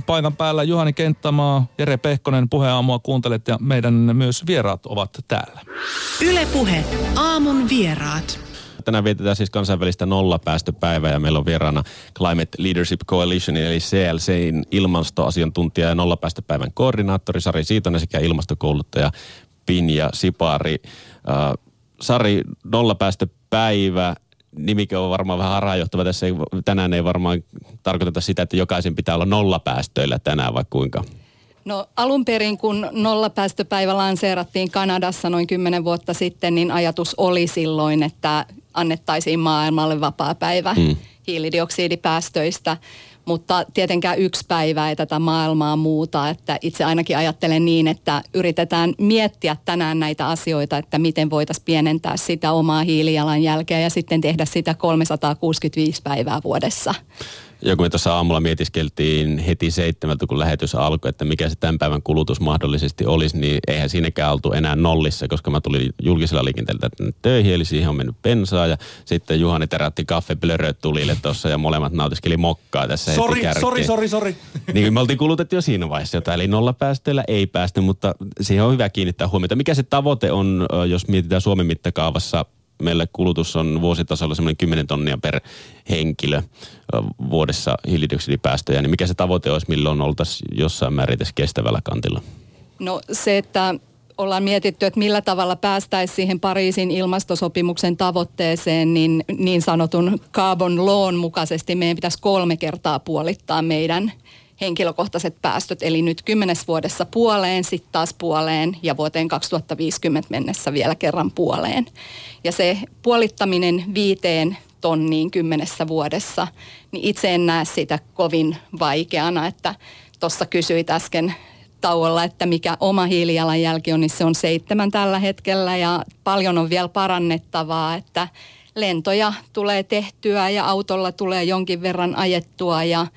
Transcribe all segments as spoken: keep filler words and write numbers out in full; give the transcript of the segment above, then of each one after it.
paikan päällä Juhani Kenttämaa, Jere Pehkonen, Puheaamua kuuntelet ja meidän myös vieraat ovat täällä. Yle Puhe, aamun vieraat. Tänään vietetään siis kansainvälistä nollapäästöpäivää ja meillä on vieraana Climate Leadership Coalition eli C L C:n ilmastoasiantuntija ja nollapäästöpäivän koordinaattori Sari Siitonen sekä ilmastokouluttaja Pinja Sipari. Äh, Sari, nollapäästöpäivä, nimikin on varmaan vähän harhaanjohtava. Tässä ei, tänään ei varmaan tarkoiteta sitä, että jokaisen pitää olla nollapäästöillä tänään, vai kuinka? No alun perin, kun nollapäästöpäivä lanseerattiin Kanadassa noin kymmenen vuotta sitten, niin ajatus oli silloin, että annettaisiin maailmalle vapaa päivä hmm. hiilidioksidipäästöistä. Mutta tietenkään yksi päivä ei tätä maailmaa muuta, että itse ainakin ajattelen niin, että yritetään miettiä tänään näitä asioita, että miten voitaisiin pienentää sitä omaa hiilijalanjälkeä ja sitten tehdä sitä kolmesataakuusikymmentäviisi päivää vuodessa. Joku me tuossa aamulla mietiskeltiin heti seitsemältä, kun lähetys alkoi, että mikä se tämän päivän kulutus mahdollisesti olisi, niin eihän siinäkään oltu enää nollissa, koska mä tulin julkisella liikenteellä töihin, eli siihen on mennyt bensaa, ja sitten Juhani terätti kaffeblöröt tulille tuossa, ja molemmat nautiskeli mokkaa tässä sorry, heti kärkeen. Sori, sori, sori. Niin me oltiin kulutettu jo siinä vaiheessa jotain, eli nollapäästöillä ei päästy, mutta siihen on hyvä kiinnittää huomiota. Mikä se tavoite on, jos mietitään Suomen mittakaavassa? Meillä kulutus on vuositasolla semmoinen kymmenen tonnia per henkilö vuodessa hiilidioksidipäästöjä. Niin mikä se tavoite olisi, milloin oltaisiin jossain määrin tässä kestävällä kantilla? No se, että ollaan mietitty, että millä tavalla päästäisiin siihen Pariisin ilmastosopimuksen tavoitteeseen, niin niin sanotun carbon lawn mukaisesti meidän pitäisi kolme kertaa puolittaa meidän henkilökohtaiset päästöt, eli nyt kymmenes vuodessa puoleen, sitten taas puoleen ja vuoteen kaksituhattaviisikymmentä mennessä vielä kerran puoleen. Ja se puolittaminen viiteen tonniin kymmenessä vuodessa, niin itse en näe sitä kovin vaikeana, että tuossa kysyit äsken tauolla, että mikä oma hiilijalanjälki on, niin se on seitsemän tällä hetkellä ja paljon on vielä parannettavaa, että lentoja tulee tehtyä ja autolla tulee jonkin verran ajettua ja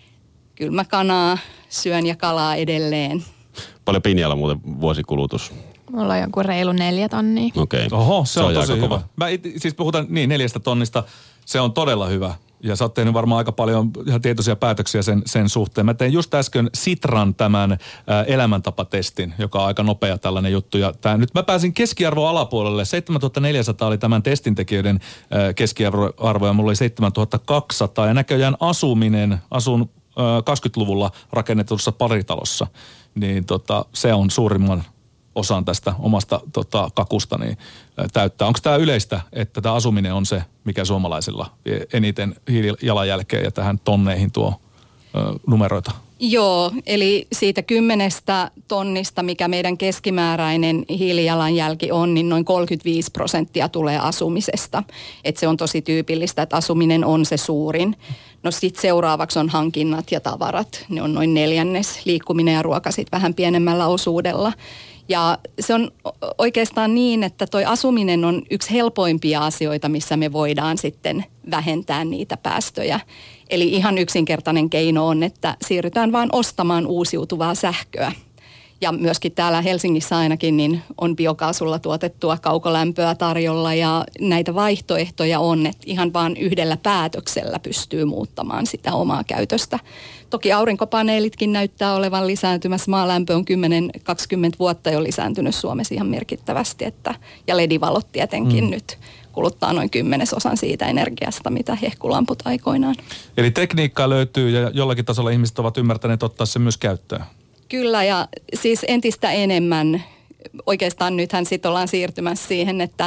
kyllä mä kanaa syön ja kalaa edelleen. Paljon Pinjalla muuten vuosikulutus? Mulla on joku reilu neljä tonnia. Okei. Okay. Oho, se, se on, on tosi hyvä. Kova. Mä it, siis puhutaan niin neljästä tonnista. Se on todella hyvä. Ja sä oot tehnyt varmaan aika paljon ihan tietoisia päätöksiä sen, sen suhteen. Mä tein just äsken Sitran tämän ä, elämäntapatestin, joka on aika nopea tällainen juttu. Ja tää, nyt mä pääsin keskiarvoa alapuolelle. seitsemäntuhatta neljäsataa oli tämän testintekijöiden ä, keskiarvo ja mulla oli seitsemäntuhatta kaksisataa. Ja näköjään asuminen, asun kaksikymmentäluvulla rakennetussa paritalossa, niin tota, se on suurimman osan tästä omasta tota, kakusta niin, täyttää. Onko tämä yleistä, että tämä asuminen on se, mikä suomalaisilla vie eniten hiilijalanjälkeä ja tähän tonneihin tuo ö, numeroita? Joo, eli siitä kymmenestä tonnista, mikä meidän keskimääräinen hiilijalanjälki on, niin noin kolmekymmentäviisi prosenttia tulee asumisesta. Että se on tosi tyypillistä, että asuminen on se suurin. No sitten seuraavaksi on hankinnat ja tavarat. Ne on noin neljännes, liikkuminen ja ruoka sitten vähän pienemmällä osuudella. Ja se on oikeastaan niin, että toi asuminen on yksi helpoimpia asioita, missä me voidaan sitten vähentää niitä päästöjä. Eli ihan yksinkertainen keino on, että siirrytään vaan ostamaan uusiutuvaa sähköä. Ja myöskin täällä Helsingissä ainakin niin on biokaasulla tuotettua kaukolämpöä tarjolla ja näitä vaihtoehtoja on, että ihan vaan yhdellä päätöksellä pystyy muuttamaan sitä omaa käytöstä. Toki aurinkopaneelitkin näyttää olevan lisääntymässä. Maalämpö on kymmenen kaksikymmentä vuotta jo lisääntynyt Suomessa ihan merkittävästi, että, ja ledivalot tietenkin mm. nyt kuluttaa noin kymmenesosan siitä energiasta, mitä hehkulamput aikoinaan. Eli tekniikkaa löytyy ja jollakin tasolla ihmiset ovat ymmärtäneet ottaa sen myös käyttöön. Kyllä ja siis entistä enemmän, oikeastaan nythän sitten ollaan siirtymässä siihen, että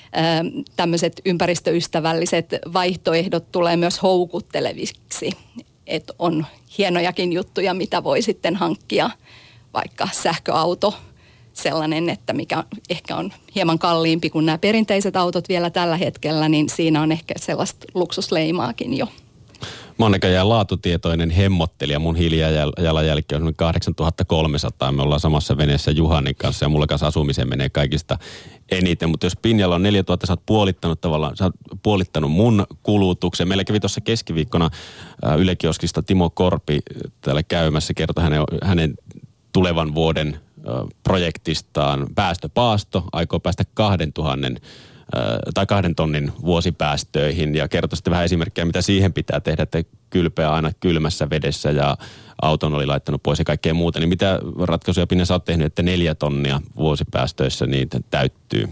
tämmöiset ympäristöystävälliset vaihtoehdot tulee myös houkutteleviksi. Että on hienojakin juttuja, mitä voi sitten hankkia, vaikka sähköauto, sellainen, että mikä ehkä on hieman kalliimpi kuin nämä perinteiset autot vielä tällä hetkellä, niin siinä on ehkä sellaista luksusleimaakin jo. Mä oon näköjään laatutietoinen hemmottelija. Mun hiilijalanjälki on kahdeksantuhatta kolmesataa. Me ollaan samassa veneessä Juhanin kanssa ja mulla kanssa asumiseen menee kaikista eniten. Mutta jos Pinjalla on neljätuhatta, sä oot puolittanut tavallaan, sä oot puolittanut mun kulutuksen. Meillä kävi tuossa keskiviikkona ä, Yle Kioskista Timo Korpi täällä käymässä. Kertoi hänen, hänen tulevan vuoden ä, projektistaan päästöpaasto. Aikoo päästä kahden tuhannen tai kahden tonnin vuosipäästöihin ja kertoi sitten vähän esimerkkejä, mitä siihen pitää tehdä, että kylpeä aina kylmässä vedessä ja auton oli laittanut pois ja kaikkea muuta. Niin mitä ratkaisuja, Pinja, sä oot tehnyt, että neljä tonnia vuosipäästöissä niitä täyttyy?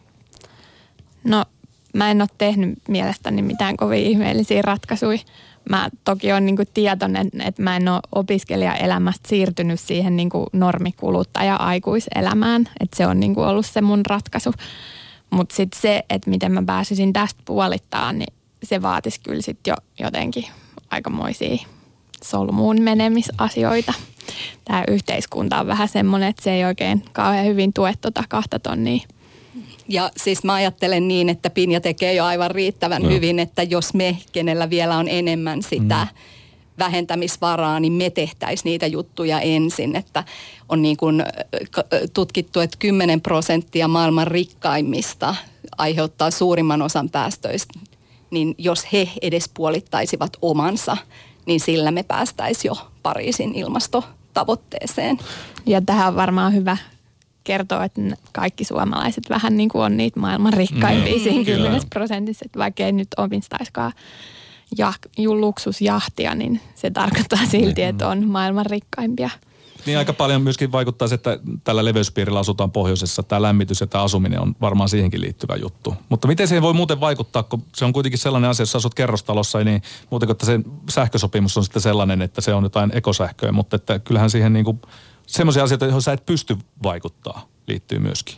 No mä en ole tehnyt mielestäni mitään kovin ihmeellisiä ratkaisuja. Mä toki olen niin kuin tietoinen, että mä en ole opiskelijaelämästä siirtynyt siihen niin kuin normikuluttaja-aikuiselämään. Että se on niin kuin ollut se mun ratkaisu. Mutta sitten se, että miten mä pääsisin tästä puolittaan, niin se vaatisi kyllä sitten jo jotenkin aikamoisia solmuun menemisasioita. Tämä yhteiskunta on vähän semmoinen, että se ei oikein kauhean hyvin tue tuota kahta tonnia. Ja siis mä ajattelen niin, että Pinja tekee jo aivan riittävän no. hyvin, että jos me, kenellä vielä on enemmän sitä mm. vähentämisvaraa, niin me tehtäisiin niitä juttuja ensin. Että on niin kuin tutkittu, että kymmenen prosenttia maailman rikkaimmista aiheuttaa suurimman osan päästöistä. Niin jos he edes puolittaisivat omansa, niin sillä me päästäisiin jo Pariisin ilmastotavoitteeseen. Ja tähän on varmaan hyvä kertoo, että kaikki suomalaiset vähän niin kuin on niitä maailman rikkaimpia siinä kymmenessä prosentissa, että vaikka ei nyt omistaisikaan jah- luksusjahtia, niin se tarkoittaa silti, että on maailman rikkaimpia. Niin aika paljon myöskin vaikuttaa se, että tällä leveyspiirillä asutaan pohjoisessa. Tämä lämmitys ja tämä asuminen on varmaan siihenkin liittyvä juttu. Mutta miten siihen voi muuten vaikuttaa, kun se on kuitenkin sellainen asia, jos asut kerrostalossa, niin muuten kuin että se sähkösopimus on sitten sellainen, että se on jotain ekosähköä. Mutta että kyllähän siihen niin kuin semmoisia asioita, joihin sä et pysty vaikuttaa, liittyy myöskin.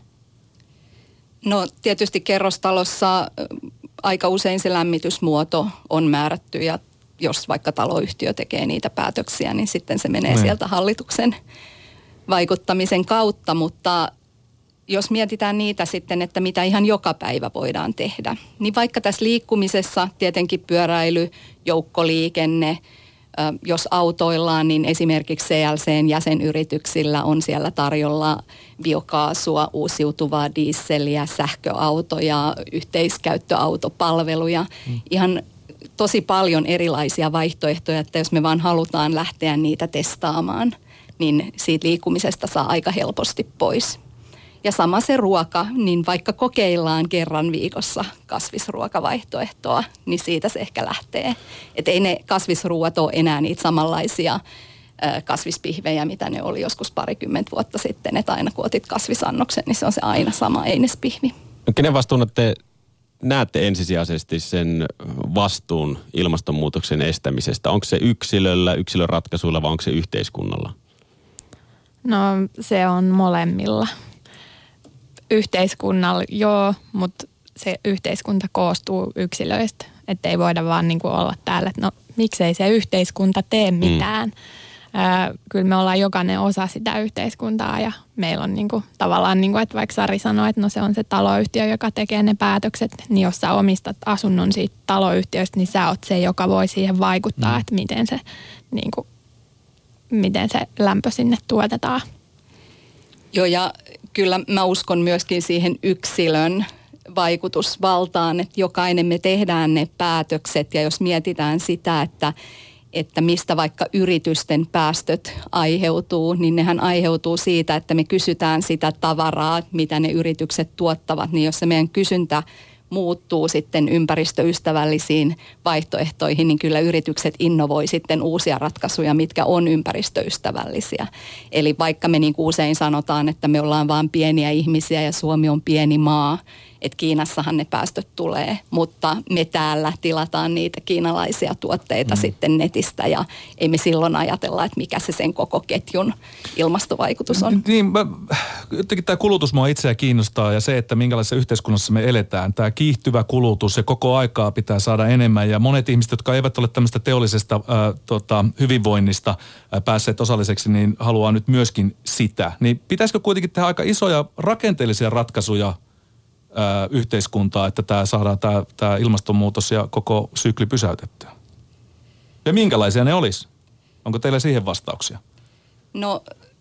No tietysti kerrostalossa aika usein se lämmitysmuoto on määrätty ja jos vaikka taloyhtiö tekee niitä päätöksiä, niin sitten se menee ne. sieltä hallituksen vaikuttamisen kautta. Mutta jos mietitään niitä sitten, että mitä ihan joka päivä voidaan tehdä, niin vaikka tässä liikkumisessa tietenkin pyöräily, joukkoliikenne, jos autoillaan, niin esimerkiksi C L C:n jäsenyrityksillä on siellä tarjolla biokaasua, uusiutuvaa dieseliä, sähköautoja, yhteiskäyttöautopalveluja. Mm. Ihan tosi paljon erilaisia vaihtoehtoja, että jos me vaan halutaan lähteä niitä testaamaan, niin siitä liikkumisesta saa aika helposti pois. Ja sama se ruoka, niin vaikka kokeillaan kerran viikossa kasvisruokavaihtoehtoa, niin siitä se ehkä lähtee. Että ei ne kasvisruuat ole enää niitä samanlaisia kasvispihvejä, mitä ne oli joskus parikymmentä vuotta sitten. Että aina kun otit kasvisannoksen, niin se on se aina sama einespihvi. Kenen vastuuna te näette ensisijaisesti sen vastuun ilmastonmuutoksen estämisestä? Onko se yksilöllä, yksilön ratkaisuilla vai onko se yhteiskunnalla? No se on molemmilla. Yhteiskunnalla joo, mutta se yhteiskunta koostuu yksilöistä. Että ei voida vaan niin kuin olla täällä, että no miksei se yhteiskunta tee mitään. Mm. Öö, kyllä me ollaan jokainen osa sitä yhteiskuntaa ja meillä on niin kuin, tavallaan, niin kuin, että vaikka Sari sanoi, että no se on se taloyhtiö, joka tekee ne päätökset, niin jos sä omistat asunnon siitä taloyhtiöstä, niin sä oot se, joka voi siihen vaikuttaa, mm. että miten se, niin kuin, miten se lämpö sinne tuotetaan. Joo, ja kyllä mä uskon myöskin siihen yksilön vaikutusvaltaan, että jokainen me tehdään ne päätökset ja jos mietitään sitä, että, että mistä vaikka yritysten päästöt aiheutuu, niin nehän aiheutuu siitä, että me kysytään sitä tavaraa, mitä ne yritykset tuottavat, niin jos se meidän kysyntä muuttuu sitten ympäristöystävällisiin vaihtoehtoihin, niin kyllä yritykset innovoi sitten uusia ratkaisuja, mitkä on ympäristöystävällisiä. Eli vaikka me niin kuin usein sanotaan, että me ollaan vain pieniä ihmisiä ja Suomi on pieni maa, että Kiinassahan ne päästöt tulee, mutta me täällä tilataan niitä kiinalaisia tuotteita mm. sitten netistä ja ei me silloin ajatella, että mikä se sen koko ketjun ilmastovaikutus on. Niin, mä, jotenkin tämä kulutus mua itseä kiinnostaa ja se, että minkälaisessa yhteiskunnassa me eletään. Tämä kiihtyvä kulutus ja koko aikaa pitää saada enemmän ja monet ihmiset, jotka eivät ole tämmöistä teollisesta ää, tota, hyvinvoinnista ää, päässeet osalliseksi, niin haluaa nyt myöskin sitä. Niin pitäisikö kuitenkin tehdä aika isoja rakenteellisia ratkaisuja yhteiskuntaa, että tämä saadaan tämä, tämä ilmastonmuutos ja koko sykli pysäytettyä? Ja minkälaisia ne olisi? Onko teillä siihen vastauksia? No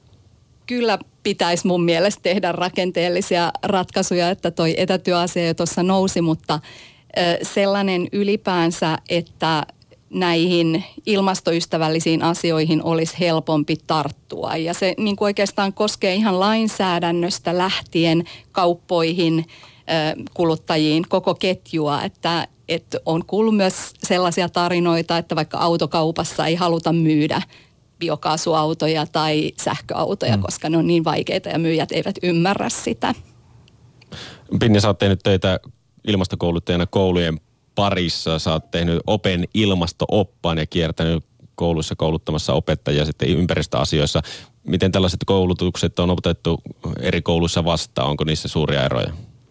kyllä pitäisi mun mielestä tehdä rakenteellisia ratkaisuja, että toi etätyöasia jo tuossa nousi, mutta sellainen ylipäänsä, että näihin ilmastoystävällisiin asioihin olisi helpompi tarttua. Ja se niin kuin oikeastaan koskee ihan lainsäädännöstä lähtien kauppoihin, kuluttajiin koko ketjua, että, että on kuullut myös sellaisia tarinoita, että vaikka autokaupassa ei haluta myydä biokaasuautoja tai sähköautoja, mm. koska ne on niin vaikeita ja myyjät eivät ymmärrä sitä. Pinja, sä oot tehnyt töitä ilmastokouluttajana koulujen parissa. Sä oot tehnyt Open ilmasto-oppaan ja kiertänyt kouluissa kouluttamassa opettajia sitten ympäristöasioissa. Miten tällaiset koulutukset on otettu eri kouluissa vastaan? Onko niissä suuria eroja?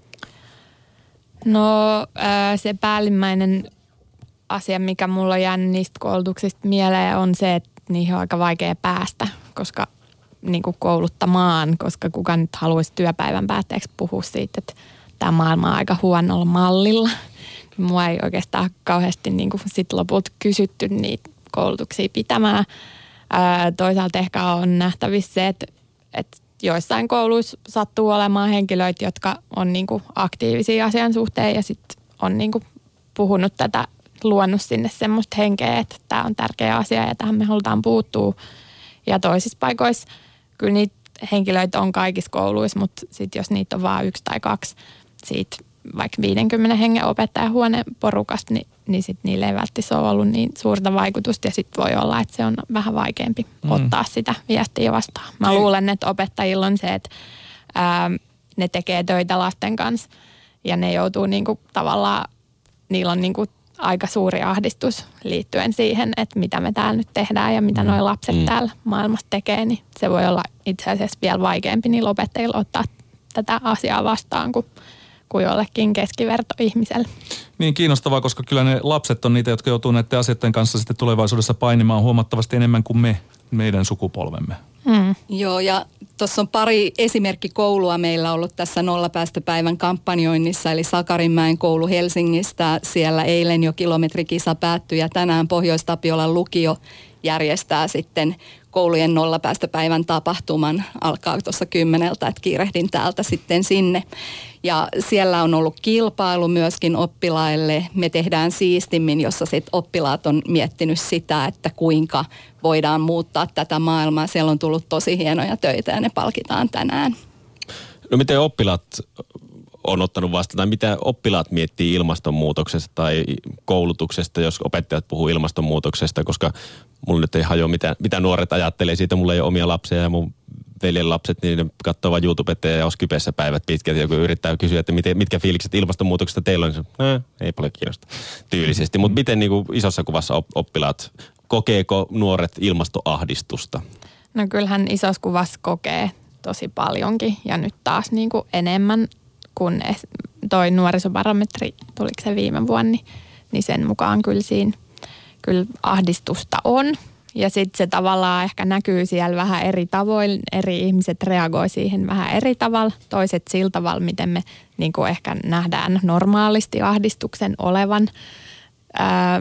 No se päällimmäinen asia, mikä mulla on jäänyt niistä koulutuksista mieleen, on se, että niihin on aika vaikea päästä, koska niin kuin kouluttamaan, koska kuka nyt haluaisi työpäivän päätteeksi puhua siitä, että tämä maailma on aika huonolla mallilla. Mua ei oikeastaan kauheasti niin kuin sit lopulta kysytty niitä koulutuksia pitämään. Ää, toisaalta ehkä on nähtävissä se, että, että joissain kouluissa sattuu olemaan henkilöitä, jotka on niin kuin aktiivisia asian suhteen ja sitten on niin kuin puhunut tätä, luonut sinne semmoista henkeä, että tämä on tärkeä asia ja tähän me halutaan puuttua. Ja toisissa paikoissa kyllä niitä henkilöitä on kaikissa kouluissa, mutta sitten jos niitä on vain yksi tai kaksi siitä vaikka viidenkymmenen hengen opettajahuoneen porukasta, niin, niin sitten niille ei välttämättä ole ollut niin suurta vaikutusta ja sitten voi olla, että se on vähän vaikeampi mm. ottaa sitä viestiä vastaan. Mä ei. luulen, että opettajilla on se, että ää, ne tekee töitä lasten kanssa ja ne joutuu niinku tavallaan, niillä on niinku aika suuri ahdistus liittyen siihen, että mitä me täällä nyt tehdään ja mitä mm. nuo lapset mm. täällä maailmassa tekee, niin se voi olla itse asiassa vielä vaikeampi niillä opettajilla ottaa tätä asiaa vastaan kuin kuin jollekin keskivertoihmiselle. Niin kiinnostavaa, koska kyllä ne lapset on niitä, jotka joutuu näiden asioiden kanssa sitten tulevaisuudessa painimaan huomattavasti enemmän kuin me, meidän sukupolvemme. Hmm. Joo, ja tuossa on pari esimerkkikoulua meillä ollut tässä nollapäästöpäivän kampanjoinnissa, eli Sakarinmäen koulu Helsingistä. Siellä eilen jo kilometrikisa päättyi ja tänään Pohjois-Tapiolan lukio järjestää sitten koulujen nollapäästöpäivän tapahtuman. Alkaa tuossa kymmeneltä, että kiirehdin täältä sitten sinne. Ja siellä on ollut kilpailu myöskin oppilaille. Me tehdään siistimmin, jossa sit oppilaat on miettinyt sitä, että kuinka voidaan muuttaa tätä maailmaa. Siellä on tullut tosi hienoja töitä ja ne palkitaan tänään. No miten oppilaat on ottanut vastaan, tai mitä oppilaat miettii ilmastonmuutoksesta tai koulutuksesta, jos opettajat puhuu ilmastonmuutoksesta, koska mulla nyt ei hajoa, mitä, mitä nuoret ajattelee siitä. Mulla ei ole omia lapsia ja mun veljen lapset, niin ne katsoo vaan YouTubetta ja olisi kypeessä päivät pitkät. Joku yrittää kysyä, että miten, mitkä fiilikset ilmastonmuutoksesta teillä on, niin se, äh, ei paljon kiinnosta tyylisesti. Mutta miten niin kuin isossa kuvassa oppilaat, kokeeko nuoret ilmastoahdistusta? No kyllähän isossa kuvassa kokee tosi paljonkin ja nyt taas niin kuin enemmän, kun toi nuorisobarometri, tuliko se viime vuonna, niin, niin sen mukaan kyllä siinä kyllä ahdistusta on. Ja sitten se tavallaan ehkä näkyy siellä vähän eri tavoin. Eri ihmiset reagoi siihen vähän eri tavalla. Toiset sillä tavalla, miten me niin kuin ehkä nähdään normaalisti ahdistuksen olevan. Ää,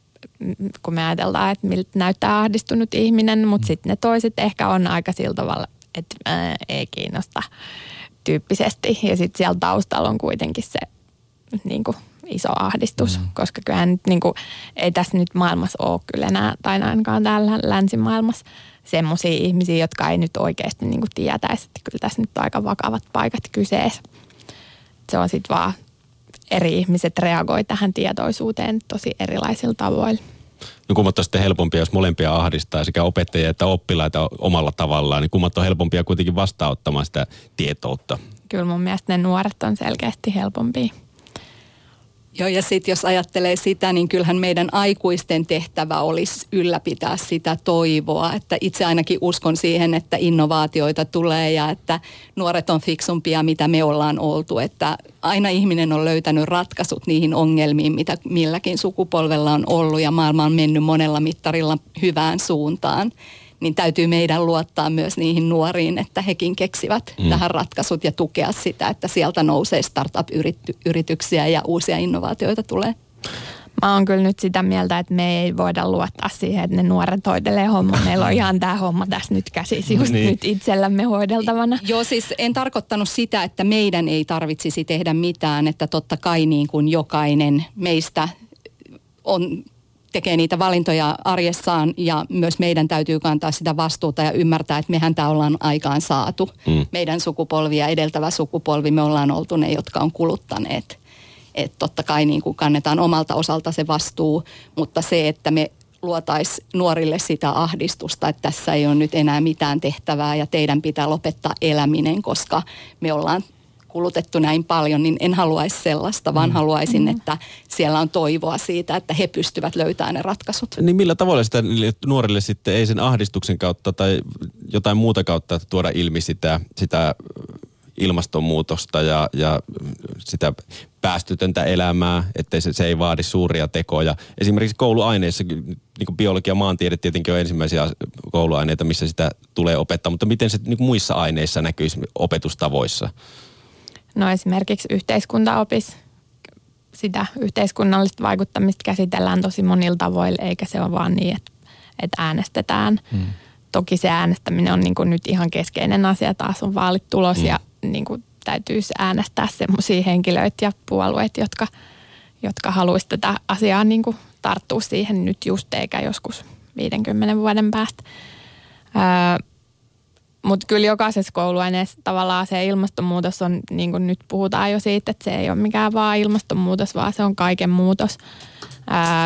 kun me ajatellaan, että miltä näyttää ahdistunut ihminen, mutta sitten ne toiset ehkä on aika sillä tavalla, että ää, ei kiinnosta tyyppisesti. Ja sitten siellä taustalla on kuitenkin se niin kuin iso ahdistus, mm. koska kyllähän nyt, niin kuin, ei tässä nyt maailmassa ole kyllä enää, tai ainakaan täällä länsimaailmassa, semmoisia ihmisiä, jotka ei nyt oikeasti niin kuin tietäisi, että kyllä tässä nyt on aika vakavat paikat kyseessä. Se on sitten vaan, eri ihmiset reagoi tähän tietoisuuteen tosi erilaisilla tavoilla. No kummat on sitten helpompia, jos molempia ahdistaa, sekä opettajia että oppilaita omalla tavallaan, niin kummat on helpompia kuitenkin vastaanottamaan sitä tietoutta? Kyllä mun mielestä ne nuoret on selkeästi helpompia. Joo, ja sitten jos ajattelee sitä, niin kyllähän meidän aikuisten tehtävä olisi ylläpitää sitä toivoa. Että itse ainakin uskon siihen, että innovaatioita tulee ja että nuoret on fiksumpia, mitä me ollaan oltu. Että aina ihminen on löytänyt ratkaisut niihin ongelmiin, mitä milläkin sukupolvella on ollut ja maailma on mennyt monella mittarilla hyvään suuntaan. Niin täytyy meidän luottaa myös niihin nuoriin, että hekin keksivät mm. tähän ratkaisut ja tukea sitä, että sieltä nousee startup-yrityksiä ja uusia innovaatioita tulee. Mä oon kyllä nyt sitä mieltä, että me ei voida luottaa siihen, että ne nuoret hoitelee homma. Meillä on ihan tämä homma tässä nyt käsissä just niin. nyt itsellämme hoideltavana. Joo, siis en tarkoittanut sitä, että meidän ei tarvitsisi tehdä mitään, että totta kai niin kuin jokainen meistä on tekee niitä valintoja arjessaan ja myös meidän täytyy kantaa sitä vastuuta ja ymmärtää, että mehän tämä ollaan aikaan saatu. Mm. Meidän sukupolvi ja edeltävä sukupolvi, me ollaan oltu ne, jotka on kuluttaneet. Että totta kai niin kuin kannetaan omalta osalta se vastuu, mutta se, että me luotaisiin nuorille sitä ahdistusta, että tässä ei ole nyt enää mitään tehtävää ja teidän pitää lopettaa eläminen, koska me ollaan kulutettu näin paljon, niin en haluaisi sellaista, vaan mm. haluaisin, että siellä on toivoa siitä, että he pystyvät löytämään ne ratkaisut. Niin millä tavalla sitä nuorille sitten, ei sen ahdistuksen kautta tai jotain muuta kautta tuoda ilmi sitä, sitä ilmastonmuutosta ja, ja sitä päästötöntä elämää, että se, se ei vaadi suuria tekoja. Esimerkiksi kouluaineissa, niin kuin biologia ja maantiede tietenkin on ensimmäisiä kouluaineita, missä sitä tulee opettaa, mutta miten se niin kuin muissa aineissa näkyisi opetustavoissa? No esimerkiksi yhteiskuntaopis, sitä yhteiskunnallista vaikuttamista käsitellään tosi monilla tavoilla, eikä se ole vaan niin, että, että äänestetään. Hmm. Toki se äänestäminen on niin kuin nyt ihan keskeinen asia, taas on vaalit tulos hmm. ja niin kuin täytyisi äänestää semmoisia henkilöitä ja puolueita, jotka, jotka haluaisi tätä asiaa niin kuin tarttua siihen nyt just eikä joskus viidenkymmenen vuoden päästä. Öö, Mutta kyllä jokaisessa kouluaineessa tavallaan se ilmastonmuutos on, niin kuin nyt puhutaan jo siitä, että se ei ole mikään vaan ilmastonmuutos, vaan se on kaiken muutos. Ää,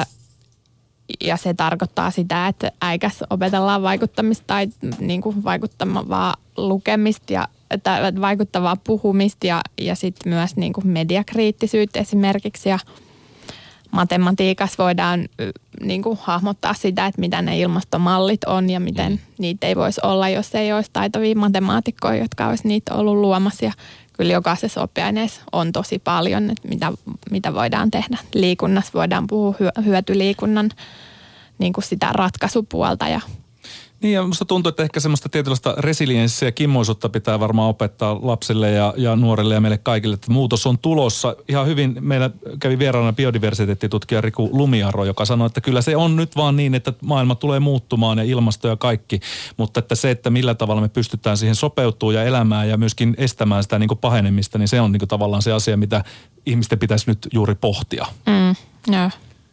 ja se tarkoittaa sitä, että äikäs opetellaan vaikuttamista tai niin kuin vaikuttavaa lukemista ja tai vaikuttavaa puhumista ja, ja sitten myös niin kuin mediakriittisyyttä esimerkiksi ja matematiikassa voidaan niin kuin hahmottaa sitä, että mitä ne ilmastomallit on ja miten mm. niitä ei voisi olla, jos ei olisi taitavia matemaatikkoja, jotka olisi niitä ollut luomassa. Ja kyllä jokaisessa oppiaineessa on tosi paljon, että mitä, mitä voidaan tehdä. Liikunnassa voidaan puhua hyötyliikunnan niin kuin sitä ratkaisupuolta ja Niin ja musta tuntuu, että ehkä semmoista tietynlaista resilienssiä ja kimmoisuutta pitää varmaan opettaa lapsille ja, ja nuorille ja meille kaikille, että muutos on tulossa. Ihan hyvin meillä kävi vieraana biodiversiteettitutkija Riku Lumiaro, joka sanoi, että kyllä se on nyt vaan niin, että maailma tulee muuttumaan ja ilmasto ja kaikki, mutta että se, että millä tavalla me pystytään siihen sopeutumaan ja elämään ja myöskin estämään sitä niin kuin pahenemista, niin se on niin kuin tavallaan se asia, mitä ihmisten pitäisi nyt juuri pohtia. Mm, joo.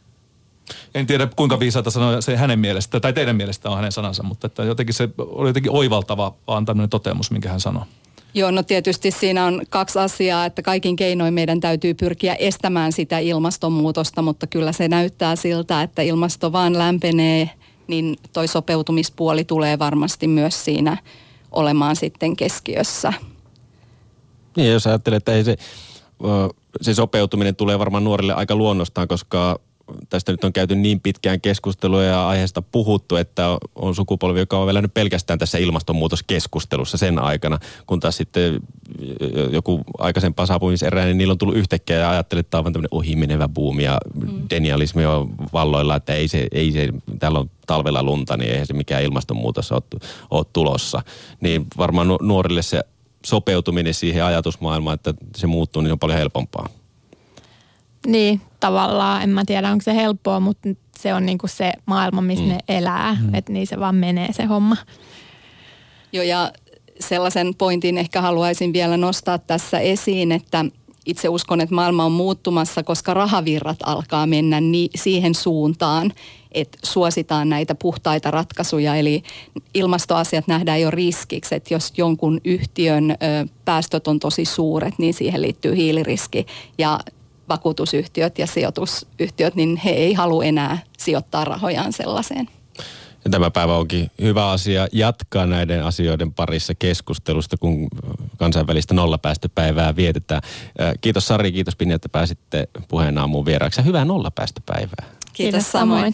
En tiedä, kuinka viisaata sanoa se hänen mielestä, tai teidän mielestä on hänen sanansa, mutta että jotenkin se oli jotenkin oivaltava vaan tämmöinen toteamus, minkä hän sanoi. Joo, no tietysti siinä on kaksi asiaa, että kaikin keinoin meidän täytyy pyrkiä estämään sitä ilmastonmuutosta, mutta kyllä se näyttää siltä, että ilmasto vaan lämpenee, niin toi sopeutumispuoli tulee varmasti myös siinä olemaan sitten keskiössä. Niin, jos ajattelee, että ei se, se sopeutuminen tulee varmaan nuorille aika luonnostaan, koska tästä nyt on käyty niin pitkään keskustelua ja aiheesta puhuttu, että on sukupolvi, joka on elänyt pelkästään tässä ilmastonmuutoskeskustelussa sen aikana, kun taas sitten joku aikaisempaa saapumiserää, niin niillä on tullut yhtäkkiä ja ajattelee, että tämä on tämmöinen ohimenevä buumi ja mm. denialismi on valloilla, että ei se, ei se, täällä on talvella lunta, niin eihän se mikään ilmastonmuutos ole, ole tulossa. Niin varmaan nuorille se sopeutuminen siihen ajatusmaailmaan, että se muuttuu, niin on paljon helpompaa. Niin, tavallaan, en mä tiedä onko se helppoa, mutta se on niinku se maailma, missä mm. ne elää, mm. että niin se vaan menee se homma. Joo, ja sellaisen pointin ehkä haluaisin vielä nostaa tässä esiin, että itse uskon, että maailma on muuttumassa, koska rahavirrat alkaa mennä ni- siihen suuntaan, että suositaan näitä puhtaita ratkaisuja, eli ilmastoasiat nähdään jo riskiksi, että jos jonkun yhtiön ö, päästöt on tosi suuret, niin siihen liittyy hiiliriski ja vakuutusyhtiöt ja sijoitusyhtiöt, niin he ei halua enää sijoittaa rahojaan sellaiseen. Ja tämä päivä onkin hyvä asia jatkaa näiden asioiden parissa keskustelusta, kun kansainvälistä nollapäästöpäivää vietetään. Kiitos Sari, kiitos Pinja, että pääsitte Puheen Aamuun vieraaksi. Hyvää nollapäästöpäivää. Kiitos, kiitos samoin.